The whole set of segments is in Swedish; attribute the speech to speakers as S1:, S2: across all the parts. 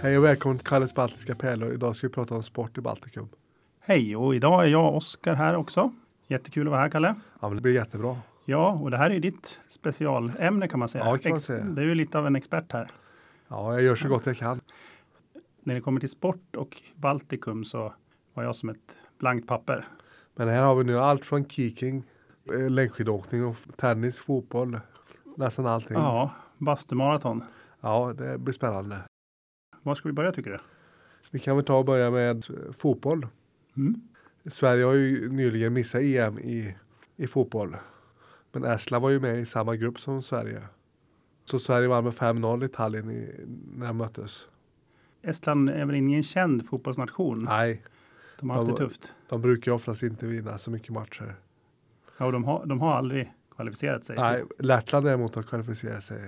S1: Hej och välkommen till Kalles Baltiska pärlor. Idag ska vi prata om sport i Baltikum.
S2: Hej, och idag är jag Oskar här också. Jättekul att vara här, Kalle.
S1: Ja, men det blir jättebra.
S2: Ja, och det här är ditt specialämne kan man säga.
S1: Ja, kan man säga.
S2: Du är ju lite av en expert här.
S1: Ja, jag gör så gott jag kan.
S2: När det kommer till sport och Baltikum så var jag som ett blankt papper.
S1: Men här har vi nu allt från kicking, längdskidåkning och tennis, fotboll. Nästan allting.
S2: Ja, bastumaraton.
S1: Ja, det blir spännande.
S2: Var ska vi börja tycker du?
S1: Vi kan väl ta och börja med fotboll. Sverige har ju nyligen missat EM i fotboll. Men Estland var ju med i samma grupp som Sverige. Så Sverige vann med 5-0 i Tallinn när de möttes.
S2: Estland är väl ingen känd fotbollsnation?
S1: Nej.
S2: De har haft det tufft.
S1: De brukar oftast inte vinna så mycket matcher.
S2: Ja, och de har aldrig kvalificerat sig.
S1: Nej, Lettland däremot har kvalificerat sig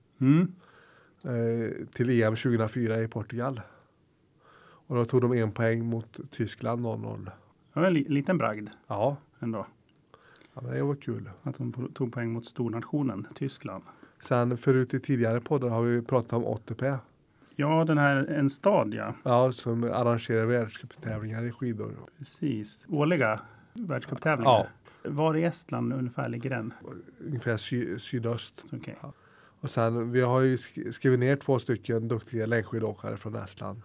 S1: till EM 2004 i Portugal. Och då tog de 1 poäng mot Tyskland 0-0.
S2: Det var en liten bragd.
S1: Ja.
S2: Ändå.
S1: Ja, men det var kul.
S2: Att de tog poäng mot stornationen Tyskland.
S1: Sen förut i tidigare poddar har vi pratat om OTP.
S2: Ja, den här En stad, ja.
S1: Ja, som arrangerar världscuptävlingar i skidor.
S2: Precis. Årliga världscuptävlingar.
S1: Ja.
S2: Var i Estland ungefär ligger den?
S1: Ungefär sydöst.
S2: Okay.
S1: Ja. Och sen, vi har ju skrivit ner 2 stycken duktiga längdskidåkare från Estland.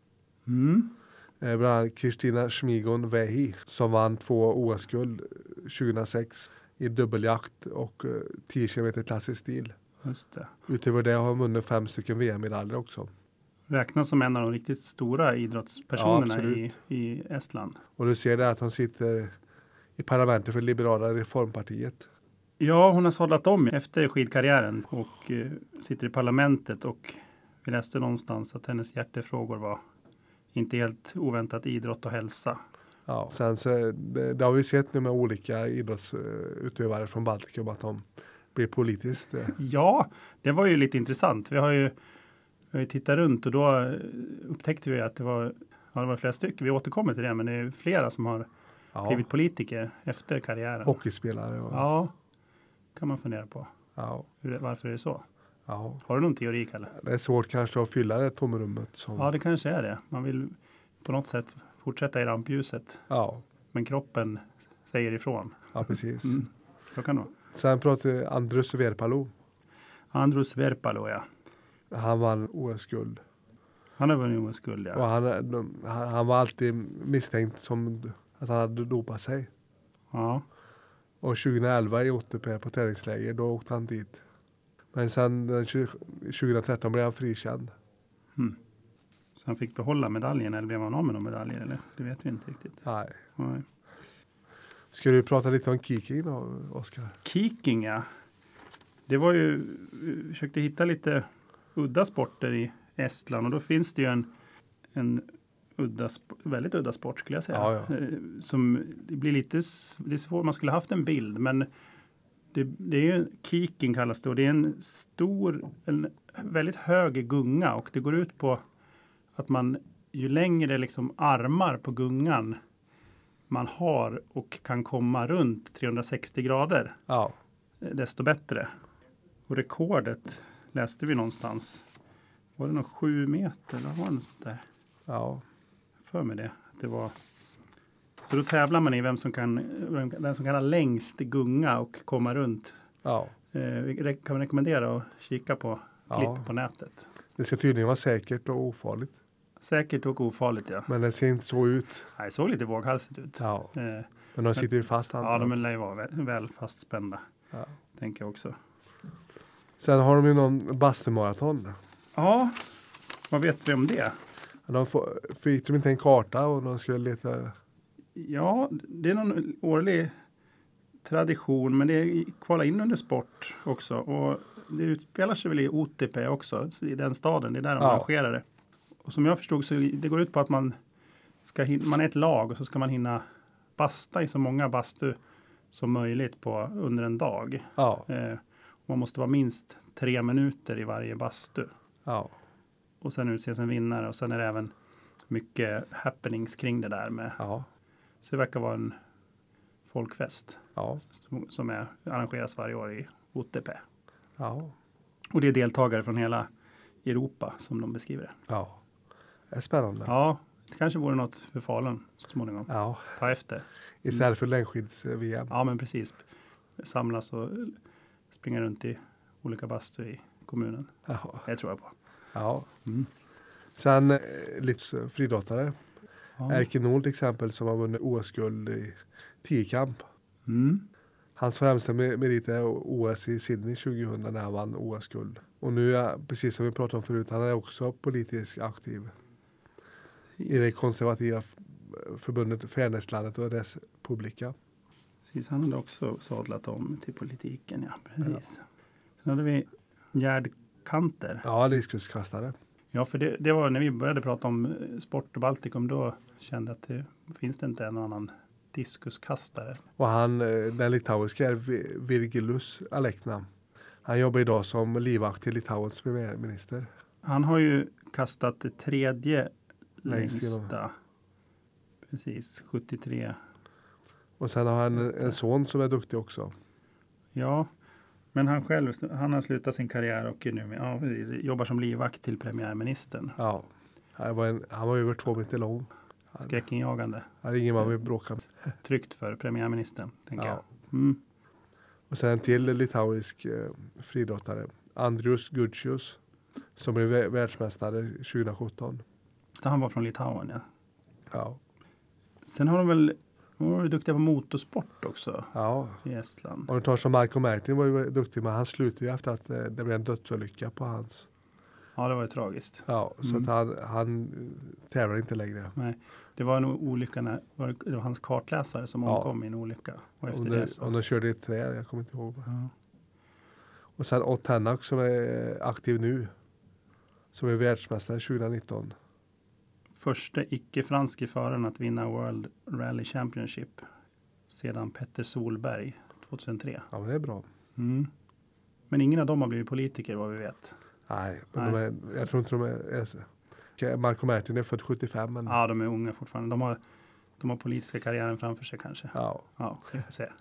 S1: Bland annat Kristina Schmigon Vähi som vann 2 OS-guld 2006 i dubbeljakt och 10 km klassisk stil.
S2: Just det.
S1: Utöver det har hon vunnit 5 stycken VM-medaljer också.
S2: Räknas som en av de riktigt stora idrottspersonerna i Estland.
S1: Och du ser det att hon sitter i parlamentet för Liberala reformpartiet.
S2: Ja, hon har sadlat om efter skidkarriären och sitter i parlamentet, och vi läste någonstans att hennes hjärtefrågor var inte helt oväntat idrott och hälsa.
S1: Ja, sen så det har vi sett nu med olika idrottsutövare från Baltikum att de blir politiskt.
S2: Ja, det var ju lite intressant. Vi har ju tittat runt och då upptäckte vi att det var flera stycken. Vi återkommer till det, men det är flera som har blivit politiker efter karriären.
S1: Hockeyspelare.
S2: Ja, kan man fundera på.
S1: Ja.
S2: Varför är det så?
S1: Ja.
S2: Har du någon teori, Kalle?
S1: Det är svårt kanske att fylla det tomrummet.
S2: Ja, det kanske är det. Man vill på något sätt fortsätta i rampljuset.
S1: Ja.
S2: Men kroppen säger ifrån.
S1: Ja, precis.
S2: Så kan det vara.
S1: Sen pratar vi Andrus Verpalo.
S2: Andrus Verpalo, ja.
S1: Han vann OS-guld.
S2: Han har vunnit OS-guld, ja.
S1: Och han var alltid misstänkt som att han hade dopat sig.
S2: Ja.
S1: Och 2011 i OTP på träningsläger, då åkte han dit. Men sen 2013 blev han frikänd.
S2: Så han fick behålla medaljen, eller blev han av med någon medaljer? Eller? Det vet vi inte riktigt.
S1: Nej.
S2: Nej.
S1: Ska du prata lite om kicking då, Oskar?
S2: Kicking, ja. Det var ju, vi försökte hitta lite udda sporter i Estland. Och då finns det ju en väldigt udda sport skulle jag säga.
S1: Ja.
S2: Som det blir lite, det är svårt, man skulle haft en bild. Men det är ju kicking kallas det. Och det är en väldigt hög gunga. Och det går ut på att man ju längre liksom armar på gungan man har och kan komma runt 360 grader, desto bättre. Och rekordet läste vi någonstans. Var det nog 7 meter? Vad var det sånt där?
S1: Ja.
S2: För mig det var. Så då tävlar man i vem som kan ha längst gunga och komma runt.
S1: Ja.
S2: Vi kan rekommendera att kika på klipp på nätet.
S1: Det ska tydligen vara säkert och ofarligt.
S2: Säkert och ofarligt, ja.
S1: Men det ser inte så ut.
S2: Nej, det såg lite våghalsigt ut.
S1: Ja. Men de sitter ju fast.
S2: Ja, de lär ju vara väl fastspända.
S1: Ja.
S2: Tänker jag också.
S1: Sen har de ju någon bastumaraton.
S2: Ja, vad vet vi om det?
S1: Fick de inte en karta och de skulle leta? Ja,
S2: det är någon årlig tradition, men det kvalar in under sport också. Och det utspelar sig väl i OTP också, i den staden. Det är där de arrangerar det. Och som jag förstod så det går ut på att man är ett lag och så ska man hinna basta i så många bastu som möjligt under en dag.
S1: Ja.
S2: Man måste vara minst 3 minuter i varje bastu.
S1: Ja.
S2: Och sen utses en vinnare, och sen är det även mycket happenings kring det där med.
S1: Ja.
S2: Så det verkar vara en folkfest som arrangeras varje år i OTP.
S1: Ja.
S2: Och det är deltagare från hela Europa som de beskriver det.
S1: Ja. Det är spännande.
S2: Ja, det kanske vore något för Falun så småningom.
S1: Ja.
S2: Ta efter.
S1: Istället för längdskids-VM.
S2: Ja, men precis. Samlas och springa runt i olika bastu i kommunen.
S1: Jaha.
S2: Det tror jag på.
S1: Ja.
S2: Mm.
S1: Sen lite friidrottare.
S2: Ja.
S1: Erkki Nool till exempel som har vunnit OS-guld i 10-kamp.
S2: Mm.
S1: Hans främsta merit är OS i Sydney 2000 när han vann OS-guld. Och nu är, precis som vi pratade om förut, han är också politiskt aktiv i det konservativa förbundet Fairnesslandet och dess publika.
S2: Precis, han hade också sadlat om till politiken. Ja, precis. Ja. Sen hade vi Gerd Kanter.
S1: Ja, diskuskastare.
S2: Ja, för det var när vi började prata om sport och Baltikum, då kände jag att det finns det inte en annan diskuskastare.
S1: Och han, den litauiska är Virgilus Alekna. Han jobbar idag som livvakt till Litauens premiärminister.
S2: Han har ju kastat det tredje
S1: Längst
S2: längsta. Precis, 73.
S1: Och sen har han en son som är duktig också.
S2: Ja, men han har slutat sin karriär och är nu jobbar som livvakt till premiärministern.
S1: Ja, han var över 2 meter lång.
S2: Skräckinjagande.
S1: Han är ingen man vill bråka med.
S2: Tryggt för premiärministern, tänker jag.
S1: Och sen till litauisk friidrottare. Andrius Gučius som blev världsmästare 2017.
S2: Så han var från Litauen, ja.
S1: Ja.
S2: Sen har de väl varit duktiga på motorsport också i Estland.
S1: Och de tar som Marko Märtin var ju duktig, men han slutade ju efter att det blev en dödsolycka på hans.
S2: Ja, det var ju tragiskt.
S1: Ja, så att han tävlar inte längre.
S2: Nej, det var en olycka när det var hans kartläsare som omkom i en olycka. Och efter det så...
S1: Och de körde i ett träd, jag kommer inte ihåg. Ja. Och sen Ott Tänak som är aktiv nu. Som är världsmästare 2019.
S2: Första icke-franske föraren att vinna World Rally Championship sedan Petter Solberg 2003.
S1: Ja, men det är bra.
S2: Mm. Men ingen av dem har blivit politiker vad vi vet.
S1: Nej, men jag tror inte de är Marko Märtin är född 75. Men...
S2: Ja, de är unga fortfarande. De har politiska karriären framför sig kanske.
S1: Ja,
S2: vi får se.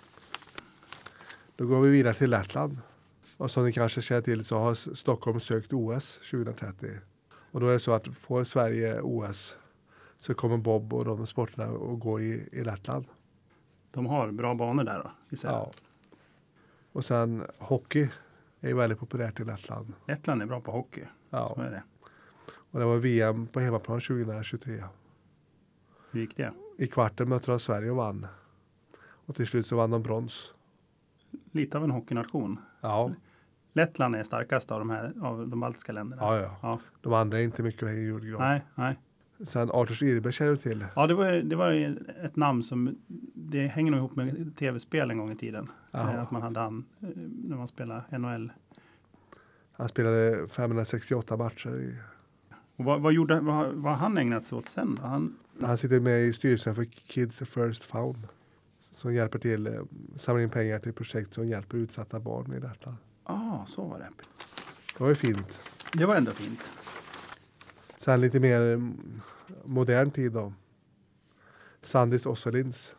S1: Då går vi vidare till Lettland. Och som ni kanske känner till så har Stockholm sökt OS 2030. Och då är det så att får Sverige OS så kommer Bob och de sporterna att gå i Lettland.
S2: De har bra banor där då?
S1: Ja. Och sen hockey är väldigt populärt i Lettland.
S2: Lettland är bra på hockey.
S1: Ja.
S2: Så är det.
S1: Och det var VM på hemmaplan 2023.
S2: Hur gick det?
S1: I kvarten mötte de Sverige och vann. Och till slut så vann de brons.
S2: Lite av en hockeynation.
S1: Ja.
S2: Lettland är starkast av de baltiska länderna.
S1: Ja. De andra är inte mycket i julgrad.
S2: Nej.
S1: Sen Arthurs Irbe känner du till?
S2: Ja, det var ett namn som det hänger nog ihop med tv-spel en gång i tiden. Att man hade när man spelade NHL.
S1: Han spelade 568 matcher.
S2: Och vad har han ägnat sig åt sen då?
S1: Han sitter med i styrelsen för Kids First Found. Som hjälper till samla in pengar till projekt som hjälper utsatta barn i Lettland.
S2: Så var det.
S1: Det var ju fint.
S2: Det var ändå fint.
S1: Sen lite mer modern tid då. Sandis Ossolins.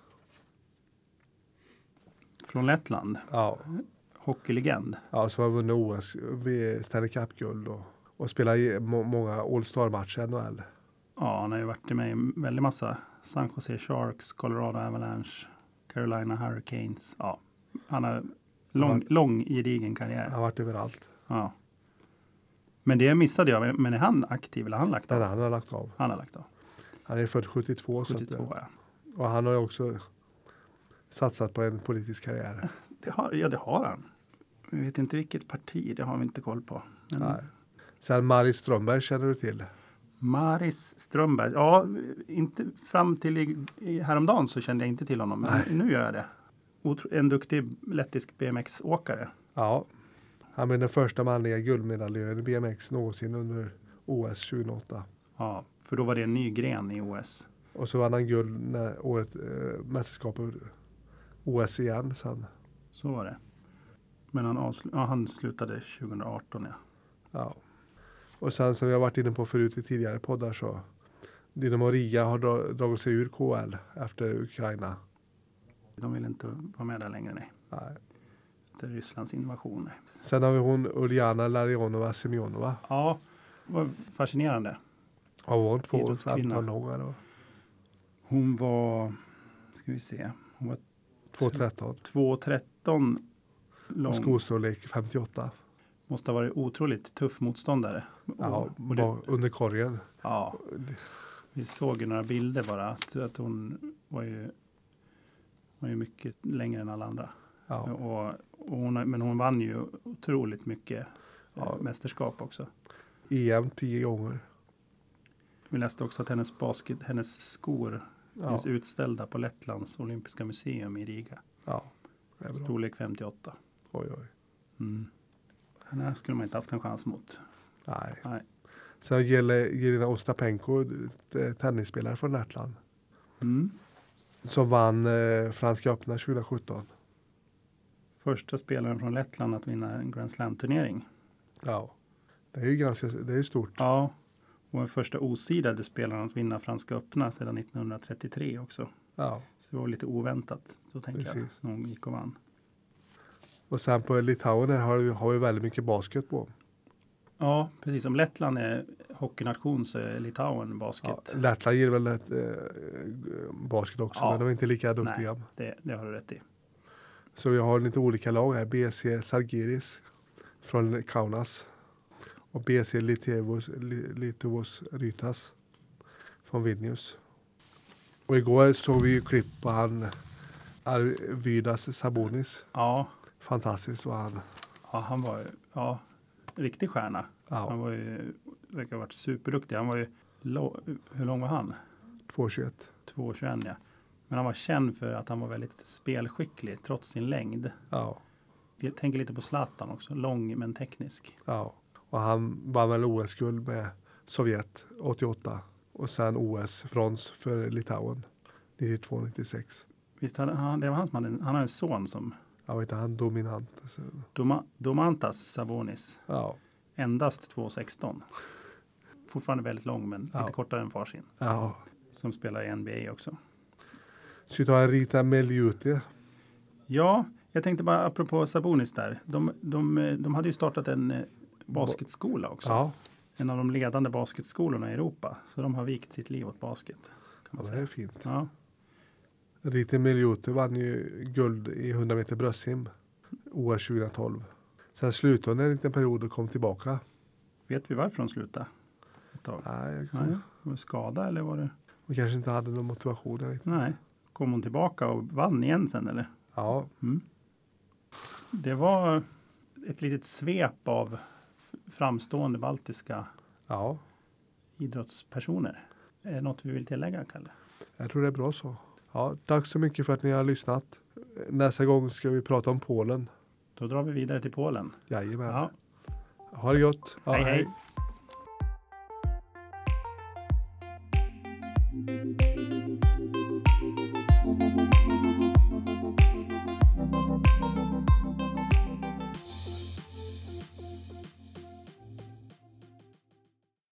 S2: Från Lettland?
S1: Ja.
S2: Hockeylegend?
S1: Ja, som har vunnit OS, Stanley Cup-guld och spelar i många All-Star-matcher i NHL.
S2: Ja, han har ju varit med i väldigt massa. San Jose Sharks, Colorado Avalanche, Carolina Hurricanes. Ja, han har lång gedigen karriär.
S1: Han har varit överallt.
S2: Ja. Men det missade jag. Men är han aktiv eller har han lagt av?
S1: Nej, han har lagt av. Han är född 72.
S2: 72, ja.
S1: Och han har också satsat på en politisk karriär.
S2: Det har han. Vi vet inte vilket parti, det har vi inte koll på. Men...
S1: Nej. Sen Maris Strömberg känner du till?
S2: Maris Strömberg, ja, inte fram till häromdagen så kände jag inte till honom. Men nu gör jag det. En duktig lettisk BMX-åkare.
S1: Ja, han blev den första manliga guldmedaljören i BMX någonsin under OS 2008.
S2: Ja, för då var det en ny gren i OS.
S1: Och så vann han guld när året mästerskapet OS igen sen.
S2: Så var det. Men han slutade 2018,
S1: ja. Och sen som vi har varit inne på förut i tidigare poddar så Dynamo Riga har dragit sig ur KL efter Ukraina.
S2: De vill inte vara med där längre, nej. Efter Rysslands invasion. Nej.
S1: Sen har vi hon Uljana Larionova Semjonova.
S2: Ja, det var fascinerande.
S1: Ja, var hon
S2: 2,15
S1: lång eller?
S2: Hon var, ska vi se, hon var
S1: 2,13.
S2: 2,13 lång.
S1: Och skostorlek 58.
S2: Måste ha varit otroligt tuff motståndare.
S1: Ja,
S2: Och det,
S1: under korgen.
S2: ja, vi såg ju några bilder bara att hon var ju mycket längre än alla andra.
S1: Ja.
S2: Och men hon vann ju otroligt mycket mästerskap också.
S1: EM 10 gånger.
S2: Vi läste också att hennes skor finns utställda på Lettlands olympiska museum i Riga.
S1: Ja, det är bra.
S2: Storlek 58.
S1: Oj.
S2: Mm. Den här skulle man inte haft en chans mot.
S1: Nej. Sen Jelena Ostapenko, tennisspelare från Lettland. Som vann Franska öppna 2017.
S2: Första spelaren från Lettland att vinna en Grand Slam-turnering.
S1: Ja, det är ju stort.
S2: Ja, och den första osidade spelaren att vinna Franska öppna sedan 1933 också.
S1: Ja.
S2: Så det var lite oväntat, då tänker jag, när hon gick och vann.
S1: Och sen på Litauen har vi väldigt mycket basket på.
S2: Ja, precis. Om Lettland är hockeynation så är Litauen basket.
S1: Ja, Lettland ger väl ett basket också, men de är inte lika duktiga.
S2: Nej, det har du rätt i.
S1: Så vi har lite olika lag här. BC Sargeris från Kaunas. Och BC Lietuvos Rytas från Vilnius. Och igår såg vi ju klipp på han Arvydas Sabonis.
S2: Ja.
S1: Fantastiskt var han.
S2: Ja, han var riktig stjärna.
S1: Ja.
S2: Han verkar ha varit superduktig. Han var ju, hur lång var han?
S1: 2,21.
S2: 2,21 ja. Men han var känd för att han var väldigt spelskicklig trots sin längd.
S1: Ja.
S2: Jag tänker lite på Zlatan också. Lång men teknisk.
S1: Ja. Och han vann väl OS-guld med Sovjet 88. Och sen OS-brons för Litauen 92-96.
S2: Visst, det var han som han har en son som...
S1: Ja, vet inte, han dominant. Alltså.
S2: Domantas Sabonis.
S1: Ja.
S2: Endast 2,16. Fortfarande väldigt lång men lite kortare än farsin.
S1: Ja.
S2: Som spelar i NBA också.
S1: Så vi tar Rita Meliuti.
S2: Ja, jag tänkte bara apropå Sabonis där. De hade ju startat en basketskola också.
S1: Ja.
S2: En av de ledande basketskolorna i Europa. Så de har vikt sitt liv åt basket. Kan man säga.
S1: Det är fint.
S2: Ja.
S1: Rita Meliuti vann ju guld i 100 meter bröstsim. OS 2012. Sen slutade hon en liten period och kom tillbaka.
S2: Vet vi varför hon slutade?
S1: Nej,
S2: Var det skada eller var det?
S1: Hon kanske inte hade någon motivation.
S2: Nej. Kom hon tillbaka och vann igen sen eller?
S1: Ja.
S2: Det var ett litet svep av framstående baltiska idrottspersoner. Är det något vi vill tillägga, Kalle?
S1: Jag tror det är bra så. Ja, tack så mycket för att ni har lyssnat. Nästa gång ska vi prata om Polen.
S2: Då drar vi vidare till Polen.
S1: Jajamän.
S2: Ja.
S1: Ha det gott. Ja,
S2: hej.